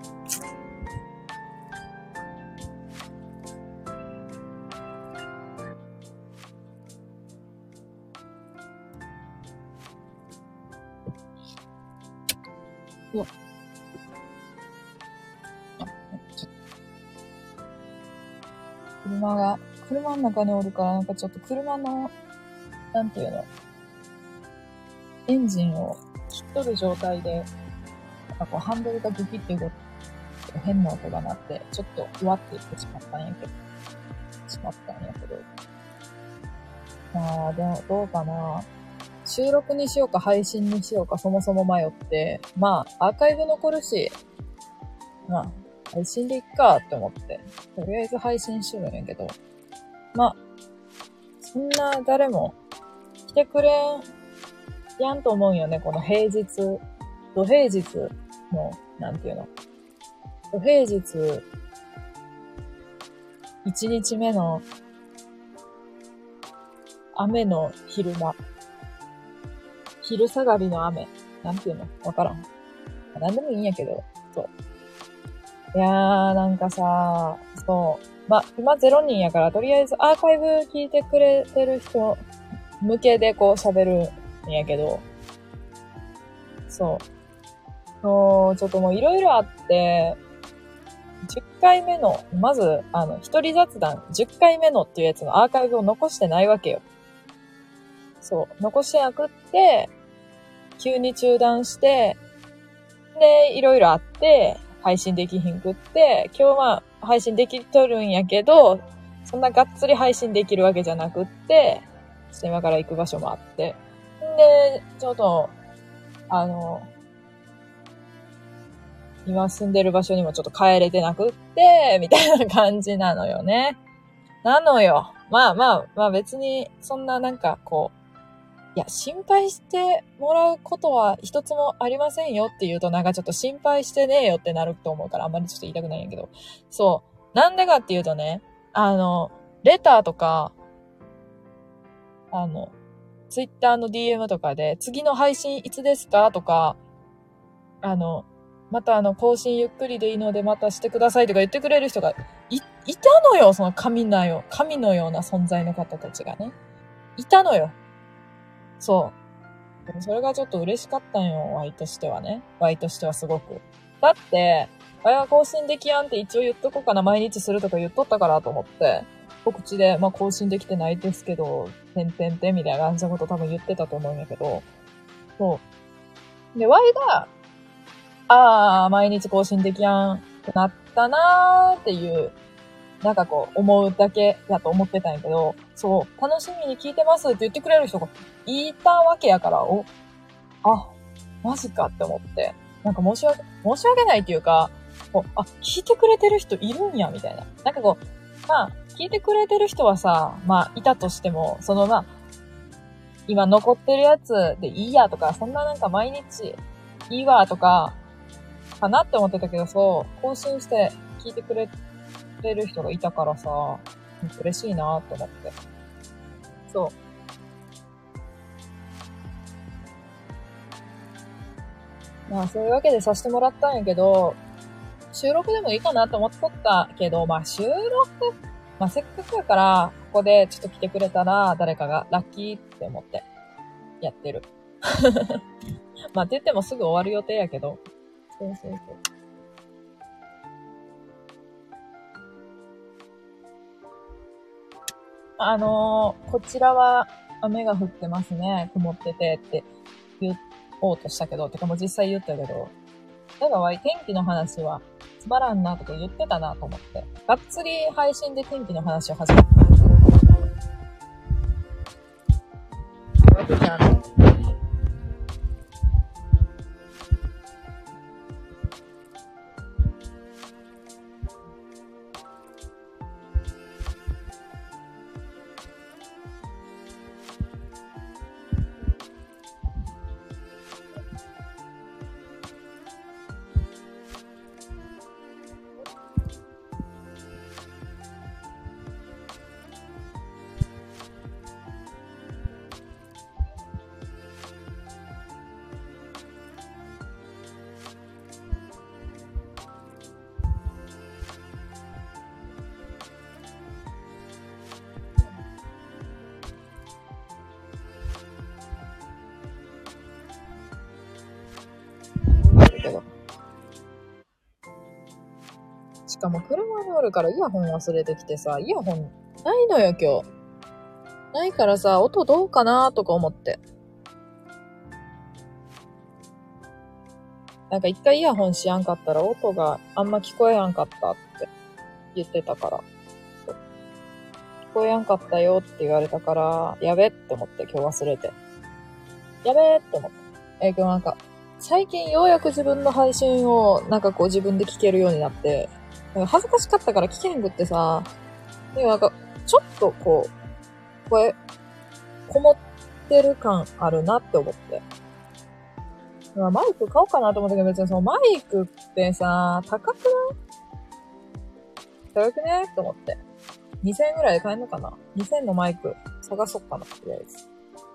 うわ車の中におるから、なんかちょっと車の、なんていうの、エンジンを切っとる状態で、なんかこうハンドルがグキって動いて変な音が鳴って、ちょっとふわって言ってしまったんやけど。まあ、でもどうかな。収録にしようか配信にしようかそもそも迷って、まあ、アーカイブ残るし、まあ、配信でいっかって思って、とりあえず配信しよるんやけど、まあ、そんな誰も来てくれんやんと思うんよね、この平日、土平日の、なんていうの、土平日、1日目の雨の昼間、昼下がりの雨、なんていうのわからん。なんでもいいんやけど、そう。いやー、なんかさ、そう。ま、今0人やから、とりあえずアーカイブ聞いてくれてる人向けでこう喋るんやけど、そう。ちょっともういろいろあって、10回目の、まず、一人雑談10回目のっていうやつのアーカイブを残してないわけよ。そう。残してなくって、急に中断して、で、いろいろあって、配信できひんくって、今日は配信できとるんやけど、そんながっつり配信できるわけじゃなくって、今から行く場所もあって。で、ちょっと、今住んでる場所にもちょっと帰れてなくって、みたいな感じなのよね。なのよ。まあ別に、そんななんかこう、いや、心配してもらうことは一つもありませんよって言うとなんかちょっと心配してねえよってなると思うからあんまりちょっと言いたくないんやけど。そう。なんでかっていうとね、レターとか、ツイッターの DM とかで、次の配信いつですかとか、また更新ゆっくりでいいのでまたしてくださいとか言ってくれる人がいたのよ、その神のような存在の方たちがね。いたのよ。そう。でもそれがちょっと嬉しかったんよ、ワイとしてはね。ワイとしてはすごく。だって、ワイは更新できやんって一応言っとこうかな、毎日するとか言っとったからと思って、告知で、まあ更新できてないですけど、みたいな感じのこと多分言ってたと思うんやけど、そう。で、ワイが、毎日更新できやんくなったなーっていう、なんかこう、思うだけやと思ってたんやけど、そう、楽しみに聞いてますって言ってくれる人がいたわけやから、マジかって思って、なんか申し訳ないっていうか、聞いてくれてる人いるんや、みたいな。なんかこう、まあ、聞いてくれてる人はさ、まあ、いたとしても、今残ってるやつでいいやとか、そんななんか毎日いいわとか、かなって思ってたけど、そう、更新して聞いてくれてる人がいたからさ、嬉しいなと思って。そう。まあ、そういうわけでさせてもらったんやけど、収録でもいいかなと思っとったけど、まあ収録、まあせっかくやから、ここでちょっと来てくれたら、誰かがラッキーって思ってやってる。まあって言ってもすぐ終わる予定やけど。そうそうそう。こちらは雨が降ってますね。曇っててって言おうとしたけど、てかもう実際言ったけど、だから天気の話はつまらんなとか言ってたなと思って。がっつり配信で天気の話を始めたわけじゃん。 けど。しかも車におるからイヤホン忘れてきてさ、イヤホンないのよ今日。ないからさ、音どうかなとか思って。なんか一回イヤホンしやんかったら音があんま聞こえやんかったって言ってたから。聞こえやんかったよって言われたから、やべって思って今日忘れて。やべって思って。今日なんか、最近ようやく自分の配信をなんかこう自分で聞けるようになって、なんか恥ずかしかったから聞けへんくってさ、でもなんか、ちょっとこう、声、こもってる感あるなって思って。マイク買おうかなと思ったけど別にそのマイクってさ、高くねと思って。2000円ぐらいで買えんのかな ?2000 円のマイク探そっかな、とりあえず。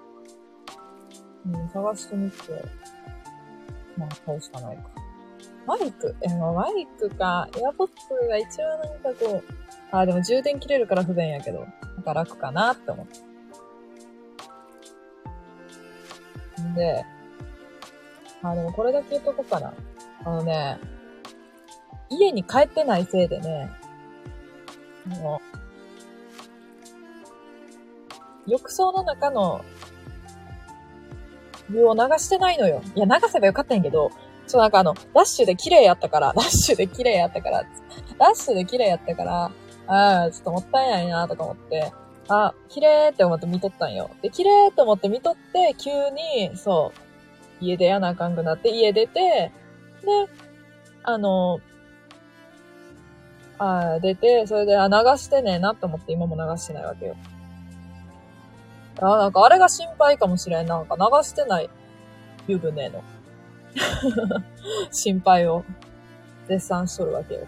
探してみて。まあ、買うしかないか。マイクマイクか。エアポッツが一番なんかこう、でも充電切れるから不便やけど、なんか楽かなって思って。で、でもこれだけ言っとこうかな。家に帰ってないせいでね、浴槽の中の湯を流してないのよ。いや、流せばよかったんやけど、なんかラッシュで綺麗やったから、ちょっともったいないなとか思って、綺麗って思って見とったんよ。で、綺麗って思って見とって、急に、家出やなあかんくなって、家出て、で、出て、それで、流してねえなと思って今も流してないわけよ。なんかあれが心配かもしれん。なんか流してない湯船の心配を絶賛しとるわけよ。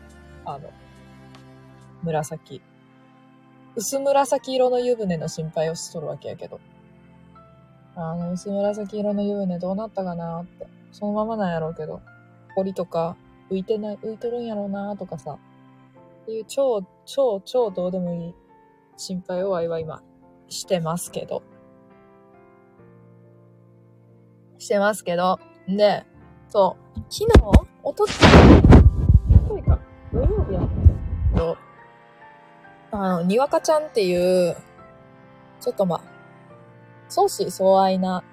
薄紫色の湯船の心配をしとるわけやけど。薄紫色の湯船どうなったかなって。そのままなんやろうけど。氷とか浮いとるんやろうなとかさ。っていう超どうでもいい心配をわいは今してますけど。で、昨日おとついか、土曜日やったけど、にわかちゃんっていう、ちょっと相思相愛な、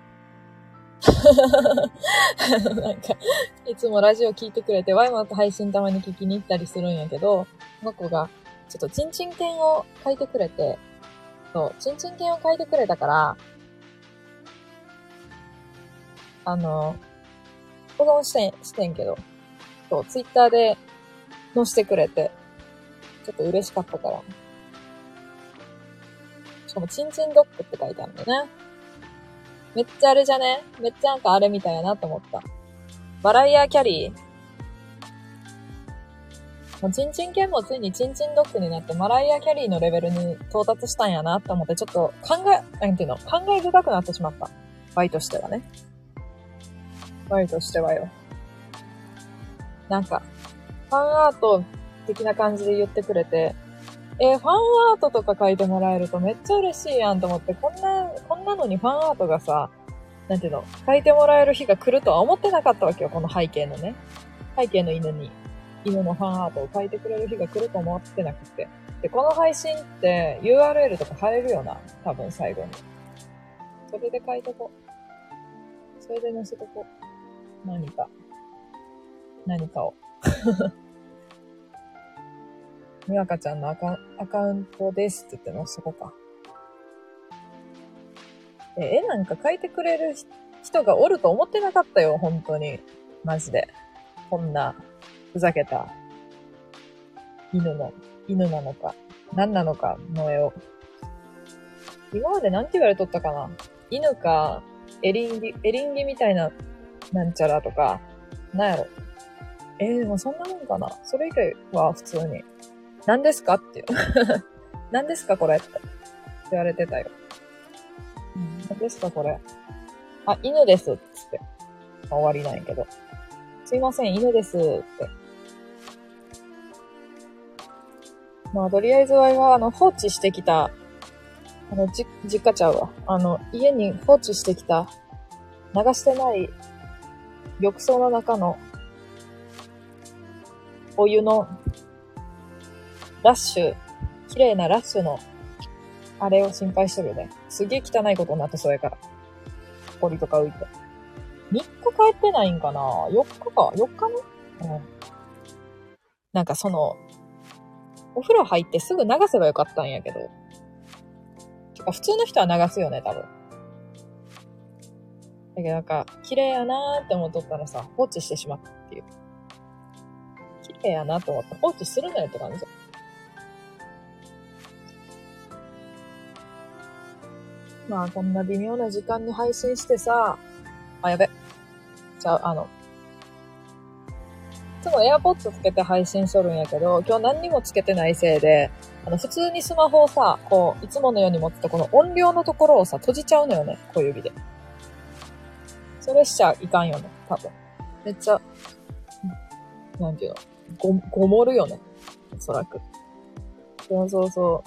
なんか、いつもラジオ聞いてくれて、ワイマンと配信たまに聞きに行ったりするんやけど、この子が、ちょっとチンチン犬を書いてくれて、チンチン犬を書いてくれたから、保存してんけど、ツイッターで載せてくれて、ちょっと嬉しかったから。しかも、チンチンドッグって書いてあるんだよね。めっちゃあれじゃね？めっちゃなんかあれみたいやなと思った。マライア・キャリー。もうチンチン犬もついにチンチンドッグになってマライア・キャリーのレベルに到達したんやなって思って、ちょっと感慨深くなってしまった。ワイとしてはね。ワイとしてはよ。なんか、ファンアート的な感じで言ってくれて、ファンアートとか書いてもらえるとめっちゃ嬉しいやんと思って、こんなのにファンアートがさ、書いてもらえる日が来るとは思ってなかったわけよ、この背景の犬のファンアートを書いてくれる日が来ると思ってなくて。で、この配信って URL とか貼れるよな、多分最後に。それで書いとこう。それで載せとこう。何かを。にわかちゃんのアカウントですって言って載せとこうか。絵なんか描いてくれる人がおると思ってなかったよ、本当に。マジで。こんな、ふざけた、犬なのか、何なのかの絵を。今までなんて言われとったかな？犬か、エリンギみたいな、なんちゃらとか、なんやろ。でもそんなもんかな？それ以外は普通に。何ですかっていう。何ですかこれって言われてたよ。何ですかこれ。犬ですっつって。終わりなんやけど。すいません、犬ですって。とりあえずは、放置してきた、実家ちゃうわ。家に放置してきた、流してない浴槽の中のお湯のラッシュ、綺麗なラッシュのあれを心配してるね。すげえ汚いことになってそうやから。ホコリとか浮いて。3日帰ってないんかな ?4 日か ?4 日ね。うん。なんかお風呂入ってすぐ流せばよかったんやけど。てか普通の人は流すよね、多分。だけどなんか、綺麗やなーって思っとったらさ、放置してしまったっていう。綺麗やなと思って放置するなよって感じ。まあ、こんな微妙な時間に配信してさ、あ、やべ。じゃあ、いつも AirPods つけて配信しとるんやけど、今日何にもつけてないせいで、普通にスマホをさ、こう、いつものように持つとこの音量のところをさ、閉じちゃうのよね、小指で。それしちゃいかんよね、多分。めっちゃ、なんていうの、ごもるよね、おそらく。そうそうそう。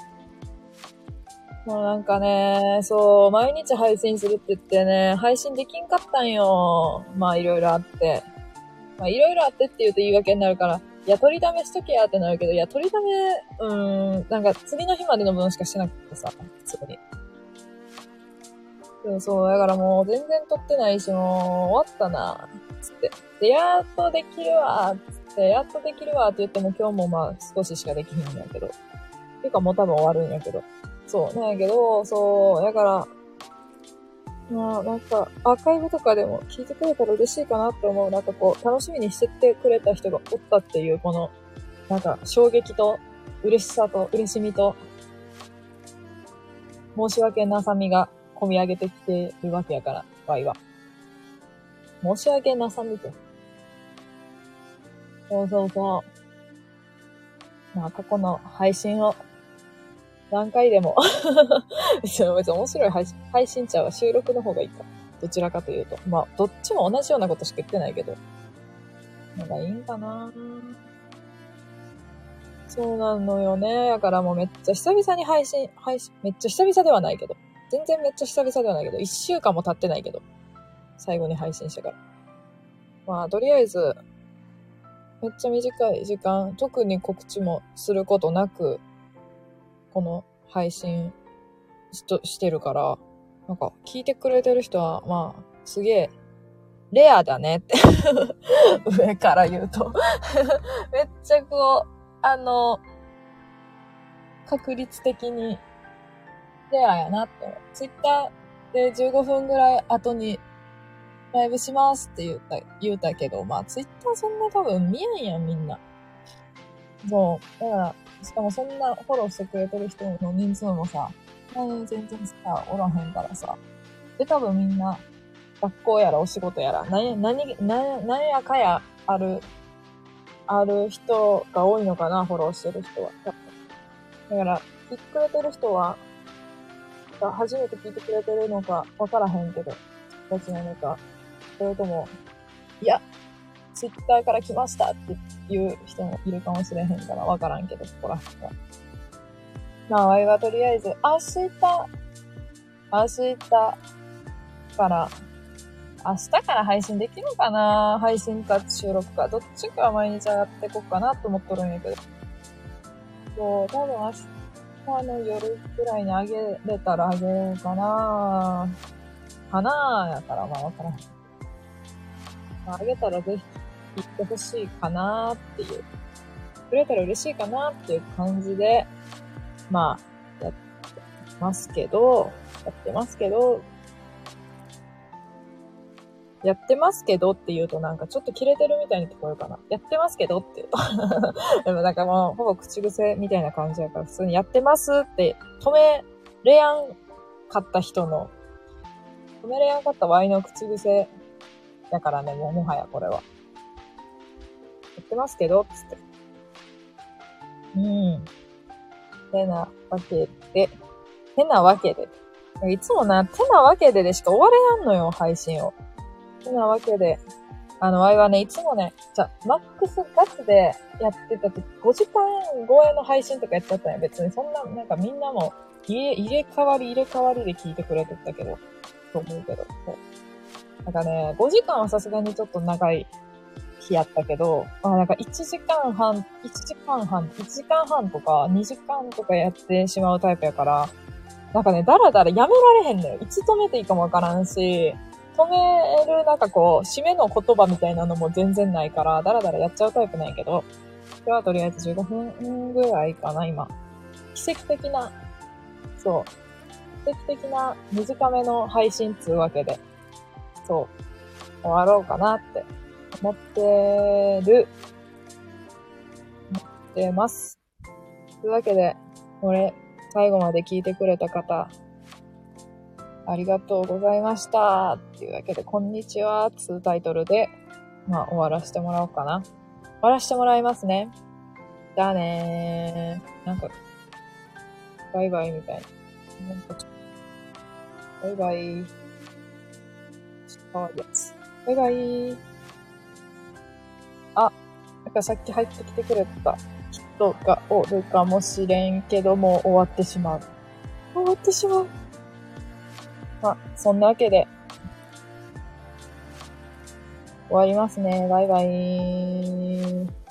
もうなんかね、そう、毎日配信するって言ってね、配信できんかったんよ。まあいろいろあって。まあいろいろあってって言うと言い訳になるから、いや、取りだめしとけやってなるけど、いや、取りだめ、なんか次の日までの分しかしてなくてさ、普通に。そうそう、だからもう全然撮ってないし、もう終わったな、つって。で、やっとできるわ、つって、やっとできるわって言っても今日もまあ少ししかできひんんやけど。ていうかもう多分終わるんやけど。そう、なんやけど、そう、だから、まあなんかアーカイブとかでも聞いてくれたら嬉しいかなって思う。なんかこう、楽しみにしててくれた人がおったっていう、この、なんか衝撃と、嬉しさと、嬉しみと、申し訳なさみが込み上げてきてるわけやから、ワイは。申し訳なさみと。そうそうそう。まあ過去の配信を何回でも別に面白い配信ちゃうわ。収録の方がいいか。どちらかというと。まあ、どっちも同じようなことしか言ってないけど。のがいいんかな。そうなのよね。だからもうめっちゃ久々に配信、めっちゃ久々ではないけど。全然めっちゃ久々ではないけど。1週間も経ってないけど。最後に配信してから。まあ、とりあえず、めっちゃ短い時間、特に告知もすることなく、この配信してるから、なんか聞いてくれてる人は、まあ、すげえ、レアだねって上から言うとめっちゃこう、確率的にレアやなって思う。ツイッターで15分ぐらい後にライブしますって言うたけど、まあツイッターそんな多分見やんみんな。そう。だから、しかもそんなフォローしてくれてる人の人数もさ、全然さ、おらへんからさ。で、多分みんな、学校やらお仕事やら、なんやかやある人が多いのかな、フォローしてる人は。だから、聞いてくれてる人は、初めて聞いてくれてるのかわからへんけど、どっちなのか。それとも、いや、ツイッターから来ましたっていう人もいるかもしれへんからわからんけど、そこら辺は。まあ、ワイはとりあえず、明日から、明日から配信できるかな、配信か収録か。どっちか毎日上がってこっかなと思っとるんやけど。そう、多分明日の夜くらいに上げれたら上げようかなやからまあわからん。まあ、上げたらぜひ言ってほしいかなっていう。くれたら嬉しいかなっていう感じで、まあ、やってますけど、って言うとなんかちょっとキレてるみたいに聞こえるかな。やってますけどって言うと。でもなんかもうほぼ口癖みたいな感じやから普通にやってますって止めれやんかったワイの口癖だからね、もはやこれは。やってますけど、つって。てなわけで。いつもな、てなわけでしか終われやんのよ、配信を。てなわけで、ワイはね、いつもね、マックスガスでやってた時、5時間超えの配信とかやっちゃったんや。別にそんな、なんかみんなも入れ替わりで聞いてくれてたけど、と思うけど。 なんかね、5時間はさすがにちょっと長い日やったけど、なんか1時間半、1時間半とか2時間とかやってしまうタイプやから、なんかね、だらだらやめられへんのよ。いつ止めていいかもわからんし、止めるなんかこう、締めの言葉みたいなのも全然ないから、だらだらやっちゃうタイプなんやけど、今日はとりあえず15分ぐらいかな、今。奇跡的な、そう、奇跡的な短めの配信つうわけで、そう、終わろうかなって思ってます。というわけで、最後まで聞いてくれた方、ありがとうございました。っていうわけで、こんにちは、つうタイトルで、終わらせてもらおうかな。終わらせてもらいますね。じゃあねー。なんか、バイバイみたいな。なんかバイバイ。かわいいやつ。バイバイ。なんかさっき入ってきてくれた人がおるかもしれんけども、終わってしまう。終わってしまう。そんなわけで、終わりますね。バイバイ。